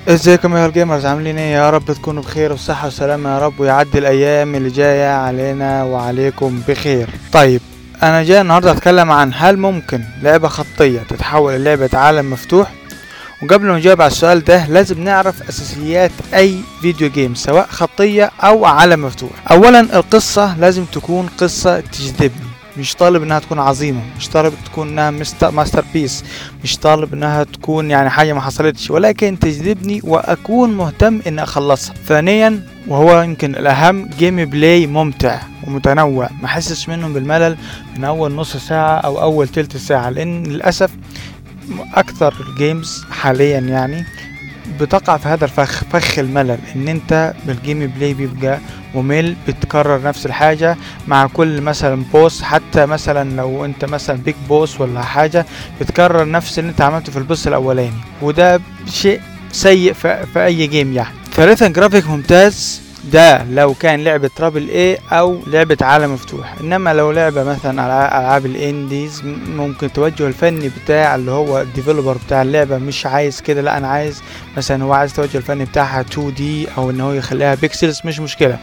ازيكم يا الجيمرز، عاملين ايه؟ يا رب تكونوا بخير وصحة وسلامة يا رب، ويعدي الايام اللي جاية علينا وعليكم بخير. طيب، انا جاي النهاردة اتكلم عن هل ممكن لعبة خطية تتحول للعبة عالم مفتوح. وقبل ما نجاوب على السؤال ده لازم نعرف اساسيات اي فيديو جيم سواء خطية او عالم مفتوح. اولا، القصة لازم تكون قصة تجذبني، مش طالب انها تكون عظيمة، مش طالب تكون انها ماستر بيس، مش طالب انها تكون يعني حاجة ما حصلتش، ولكن تجذبني واكون مهتم ان اخلصها. ثانيا، وهو يمكن الاهم، جيم بلاي ممتع ومتنوع، ما حسش منهم بالملل من اول نص ساعة او اول تلت ساعة، لان للاسف اكثر الجيمز حاليا يعني بتقع في هذا فخ الملل، ان انت بالجيم بلاي بيبقى ممل، بتكرر نفس الحاجة مع كل مثلا بوس. حتى مثلا لو انت مثلا بيج بوس ولا حاجة، بتكرر نفس اللي انت عملته في البوس الاولاني، وده شيء سيء في اي جيم يعني. ثالثا، جرافيك ممتاز، ده لو كان لعبة ترابل اي او لعبة عالم مفتوح. انما لو لعبة مثلا العاب الانديز، ممكن التوجه الفني بتاع اللي هو الديفلوبر بتاع اللعبة مش عايز كده، لا انا عايز مثلا، هو عايز التوجه الفني بتاعها 2D او ان هو يخليها بيكسلز، مش مشكلة.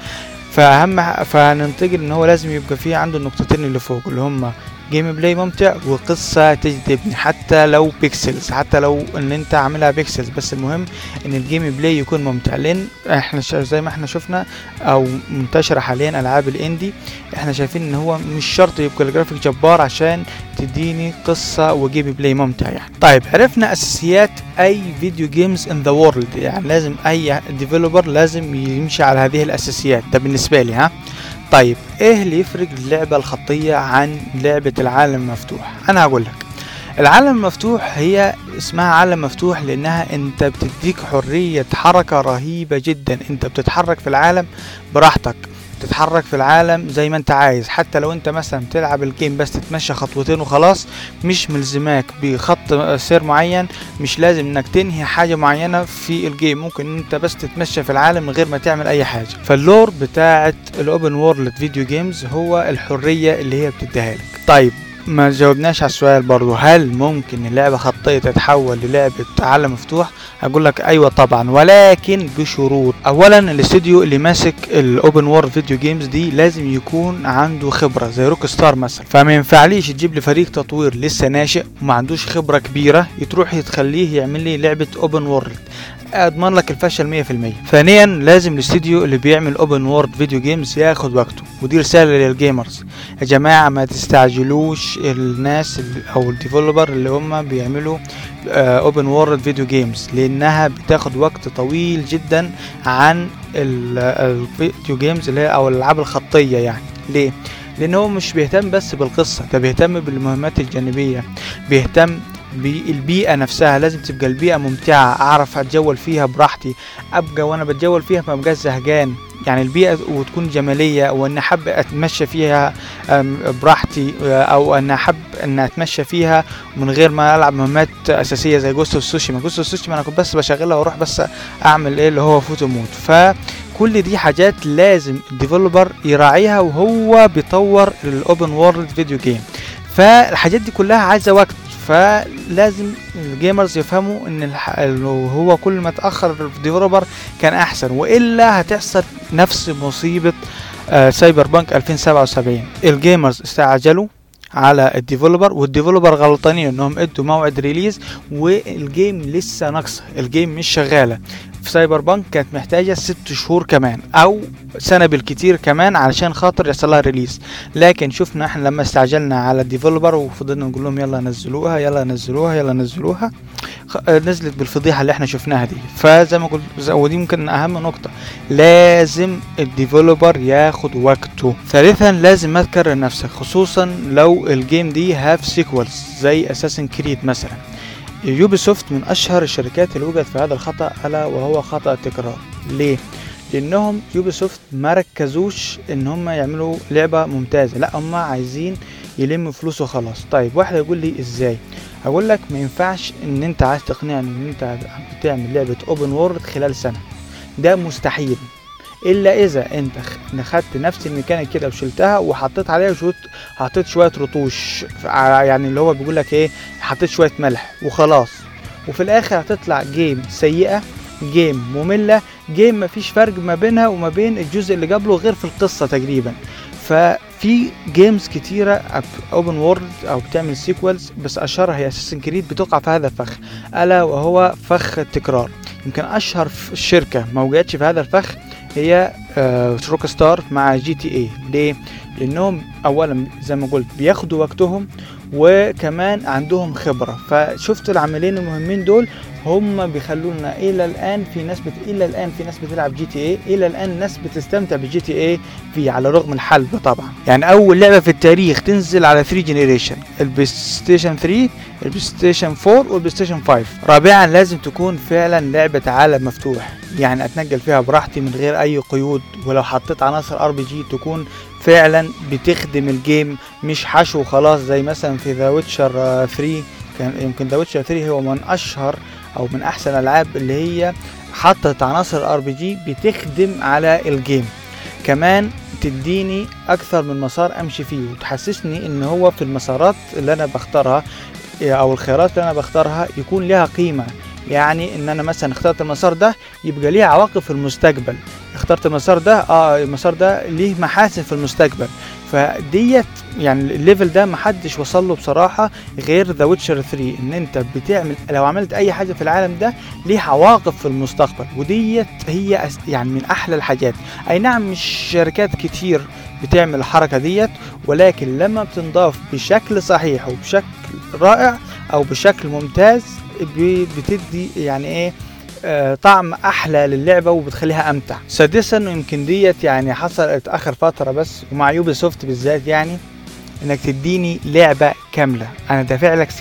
فهننتقل ان هو لازم يبقى فيه عنده النقطتين اللي فوق، اللي هما جيم بلاي ممتع وقصة تجذبني، حتى لو بيكسلز، حتى لو ان انت عاملها بيكسلز، بس المهم ان الجيم بلاي يكون ممتع. لان احنا زي ما احنا شفنا او منتشرة حاليا العاب الاندي، احنا شايفين ان هو مش شرط يبقى الجرافيك جبار عشان تديني قصة وجيم بلاي ممتع يعني. طيب، عرفنا اساسيات اي فيديو جيمز ان ذا وورلد، يعني لازم اي ديفلوبر لازم يمشي على هذه الاساسيات، ده بالنسبة لي ها. طيب، ايه اللي يفرق اللعبة الخطية عن لعبة العالم المفتوح؟ انا هقول لك. العالم المفتوح هي اسمها عالم مفتوح لانها انت بتديك حرية حركة رهيبة جدا، انت بتتحرك في العالم براحتك، تتحرك في العالم زي ما انت عايز. حتى لو انت مثلا تلعب الجيم بس تتمشى خطوتين وخلاص، مش ملزماك بخط سير معين، مش لازم انك تنهي حاجة معينة في الجيم، ممكن انت بس تتمشى في العالم من غير ما تعمل اي حاجة. فاللور بتاعت الاوبن وورلد فيديو جيمز هو الحرية اللي هي بتديها لك. طيب، ما جاوبناش على السؤال برضو، هل ممكن اللعبة خطية تتحول للعبة عالم مفتوح؟ هقول لك ايوه طبعا، ولكن بشروط. اولا، الاستوديو اللي ماسك الاوبن وورلد فيديو جيمز دي لازم يكون عنده خبرة زي روك ستار مثلا، فما ينفعليش تجيب لي فريق تطوير لسه ناشئ وما عندوش خبرة كبيرة تروح تخليه يعمل لي لعبة اوبن وورلد، اضمن لك الفشل 100%. ثانيا، لازم الاستوديو اللي بيعمل اوبن وورلد فيديو جيمز ياخد وقته، ودي رساله للجيمرز يا جماعه، ما تستعجلوش الناس او الديفلوبر اللي هم بيعملوا اوبن وورلد فيديو جيمز، لانها بتاخد وقت طويل جدا عن الفيديو جيمز اللي هي او الالعاب الخطيه يعني. ليه؟ لان هو مش بيهتم بس بالقصه، ده بيهتم بالمهمات الجانبيه، بيهتم بالبيئة نفسها، لازم تبقى البيئة ممتعة، اعرف اتجول فيها براحتي، ابقى وانا بتجول فيها ما بقاش زهقان يعني، البيئة وتكون جمالية، وان احب اتمشى فيها براحتي، او ان احب ان اتمشى فيها من غير ما العب مهمات اساسية زي جوست اوف سوشيما. جوست اوف سوشيما انا كنت بس بشغلها واروح بس اعمل ايه اللي هو فوت وموت. فكل دي حاجات لازم الديفلوبر يراعيها وهو بيطور الاوبن وورلد فيديو جيم، فالحاجات دي كلها عايزة وقت. فلازم الجيمرز يفهموا ان هو كل ما تأخر الديفلوبر كان احسن، وإلا هتحصل نفس مصيبة سايبر بانك 2077. الجيمرز استعجلوا على الديفلوبر، والديفلوبر غلطانين انهم ادوا موعد ريليز والجيم لسه ناقصه، الجيم مش شغاله. في سايبر بانك كانت محتاجة 6 شهور كمان او سنة بالكتير كمان علشان خاطر يحصلها ريليز، لكن شفنا احنا لما استعجلنا على الديفلوبر وفضلنا نقول لهم يلا نزلوها يلا نزلوها يلا نزلوها، نزلت بالفضيحة اللي احنا شفناها دي. فزي ما قلت، ودي ممكن اهم نقطة، لازم الديفلوبر ياخد وقته. ثالثا، لازم ما تكرر نفسك، خصوصا لو الجيم دي هاف سيكوالز زي اساسن كريد مثلا. يوبي سوفت من اشهر الشركات اللي وجدت في هذا الخطأ، الا وهو خطأ التكرار. ليه؟ لانهم يوبي سوفت ما ركزوش ان هم يعملوا لعبة ممتازة، لا هم عايزين يلموا فلوس وخلاص. طيب، واحد يقول لي ازاي؟ اقول لك ما ينفعش ان انت عايز تقنعني ان انت بتعمل لعبة اوبن وورلد خلال سنة، ده مستحيل، الا اذا انت خدت نفس الميكانيك كده وشلتها وحطيت عليها حطيت شويه رطوش، يعني اللي هو بيقول لك ايه، حطيت شويه ملح وخلاص، وفي الاخر هتطلع جيم سيئه جيم مملة، جيم مفيش فرق ما بينها وما بين الجزء اللي قبله غير في القصة تقريبا. ففي جيمز كتيرة اوبن وورلد او بتعمل سيكوالز، بس اشهرها هي اساسن كريد بتقع في هذا الفخ، الا وهو فخ التكرار. يمكن اشهر شركة ما وقعتش في هذا الفخ هي روك ستار مع جي تي اي. ليه؟ لانهم اولا زي ما قلت بياخدوا وقتهم، وكمان عندهم خبرة. فشفت العاملين المهمين دول هم بيخلونا الى الان في ناس بتلعب جي تي اي، الى الان ناس بتستمتع بالجي تي اي في، على رغم الحلب طبعا. يعني اول لعبة في التاريخ تنزل على 3 جنريشن، البلاي ستيشن 3، البلاي ستيشن 4 والبلاي ستيشن 5. رابعا لازم تكون فعلا لعبة عالم مفتوح، يعني اتنقل فيها براحتي من غير اي قيود، ولو حطيت عناصر ار بي جي تكون فعلا بتخدم الجيم مش حشو خلاص، زي مثلا في ذا ويتشر 3. كان يمكن ذا ويتشر 3 هو من اشهر او من احسن الالعاب اللي هي حطت عناصر ار بي جي بتخدم على الجيم. كمان تديني اكثر من مسار امشي فيه، وتحسسني ان هو في المسارات اللي انا بختارها او الخيارات اللي انا بختارها يكون لها قيمة. يعني ان انا مثلا اخترت المسار ده يبقى ليه عواقب في المستقبل، اخترت المسار ده المسار ده ليه محاسن في المستقبل. فديت يعني الليفل ده محدش وصل له بصراحة غير ذا ويتشر 3، ان انت بتعمل لو عملت اي حاجة في العالم ده ليه عواقب في المستقبل. وديت هي يعني من احلى الحاجات. اي نعم مش شركات كتير بتعمل الحركة ديت، ولكن لما بتنضاف بشكل صحيح وبشكل رائع او بشكل ممتاز بتدي يعني ايه طعم احلى للعبة وبتخليها امتع. سادسا يمكن ديت يعني حصلت اخر فترة بس ومع يوبي سوفت بالذات، يعني انك تديني لعبة كاملة. انا دافع لك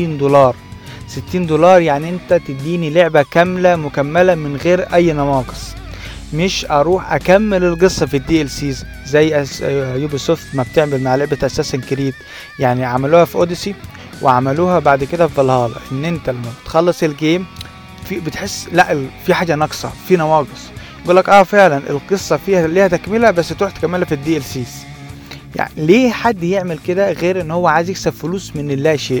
$60، يعني انت تديني لعبة كاملة مكملة من غير اي نواقص، مش اروح اكمل القصة في الدي ال سيز زي يوبي سوفت ما بتعمل مع لعبة اساسن كريد. يعني عملوها في اوديسي وعملوها بعد كده في فالهالا، ان انت لما بتخلص الجيم بتحس لا في حاجة ناقصة، في نواقص. يقولك فعلا القصة فيها ليها تكملة بس تروح تكملها في الدي ال سيز. يعني ليه حد يعمل كده غير ان هو عايز يكسب فلوس من اللا شيء؟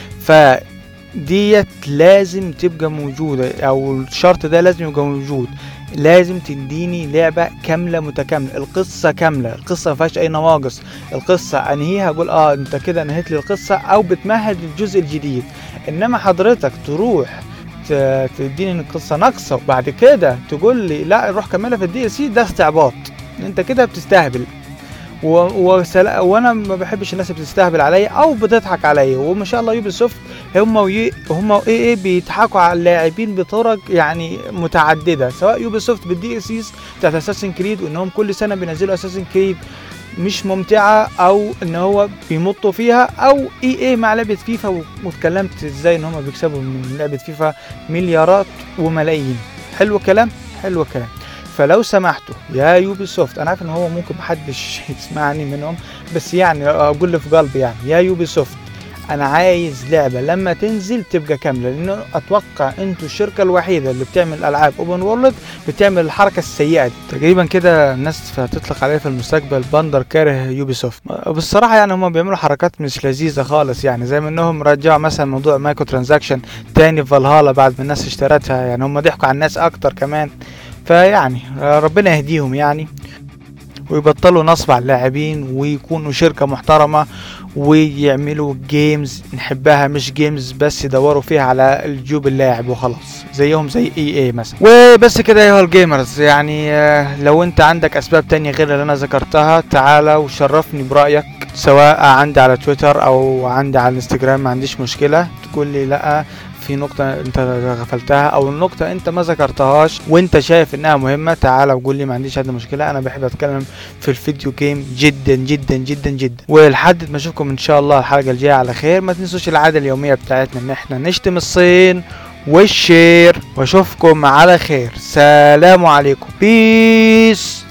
فديت لازم تبقى موجودة، او الشرط ده لازم يبقى موجود. لازم تديني لعبة كاملة متكاملة، القصة كاملة، القصة مفيهاش اي نواقص، القصة انهيها اقول انت كده انهيت لي القصة او بتمهد للجزء الجديد. انما حضرتك تروح تديني ان القصة ناقصة وبعد كده تقول لي لا روح كملها في الدي ال سي، ده استعباط، انت كده بتستهبل. وانا ما بحبش الناس اللي بتستهبل عليا او بتضحك عليا. وما شاء الله يوبي سوفت هم ايه بيضحكوا على اللاعبين بطرق يعني متعدده، سواء يوبي سوفت بالدي ال سيز بتاعت اساسن كريد وانهم كل سنه بينزلوا اساسن كريد مش ممتعه او ان هو بيمطوا فيها، او ايه مع لعبه فيفا. واتكلمت ازاي ان هم بيكسبوا من لعبه فيفا مليارات وملايين. حلو كلام. فلو سمحتوا يا يوبي سوفت، انا عارف ان هو ممكن محدش يسمعني منهم، بس يعني اقول اللي في قلبي، يعني يا يوبي سوفت انا عايز لعبة لما تنزل تبقى كاملة، لانه اتوقع انتوا الشركة الوحيدة اللي بتعمل العاب اوبن وورلد بتعمل الحركة السيئة دي. تقريبا كده الناس هتطلق عليه في المستقبل بندر كاره يوبي سوفت. بالصراحة يعني هم بيعملوا حركات مش لذيذة خالص، يعني زي ما انهم رجعوا مثلا موضوع مايكرو ترانزاكشن تاني في فالهالا بعد ما الناس اشترتها. يعني هم ضحكوا على الناس اكتر كمان. فيعني ربنا يهديهم يعني، ويبطلوا نصب على اللاعبين ويكونوا شركة محترمة ويعملوا جيمز نحبها، مش جيمز بس يدوروا فيها على الجوب اللاعب وخلاص زيهم زي اي مثلا. وبس كده ايها الجيمرز، يعني لو انت عندك اسباب تانية غير اللي انا ذكرتها تعالى وشرفني برأيك، سواء عندي على تويتر او عندي على الانستجرام، ما عنديش مشكلة تقول لي لا في نقطة انت غفلتها او النقطة انت ما ذكرتهاش وانت شايف انها مهمة، تعالى وقول لي، ما عنديش ادنى مشكلة. انا بحب اتكلم في الفيديو جيم جدا جدا جدا جدا. ولحد ما اشوفكم ان شاء الله الحلقة الجاية على خير، ما تنسوش العادة اليومية بتاعتنا ان احنا نشتم الصين والشير، واشوفكم على خير. سلام عليكم، بيس.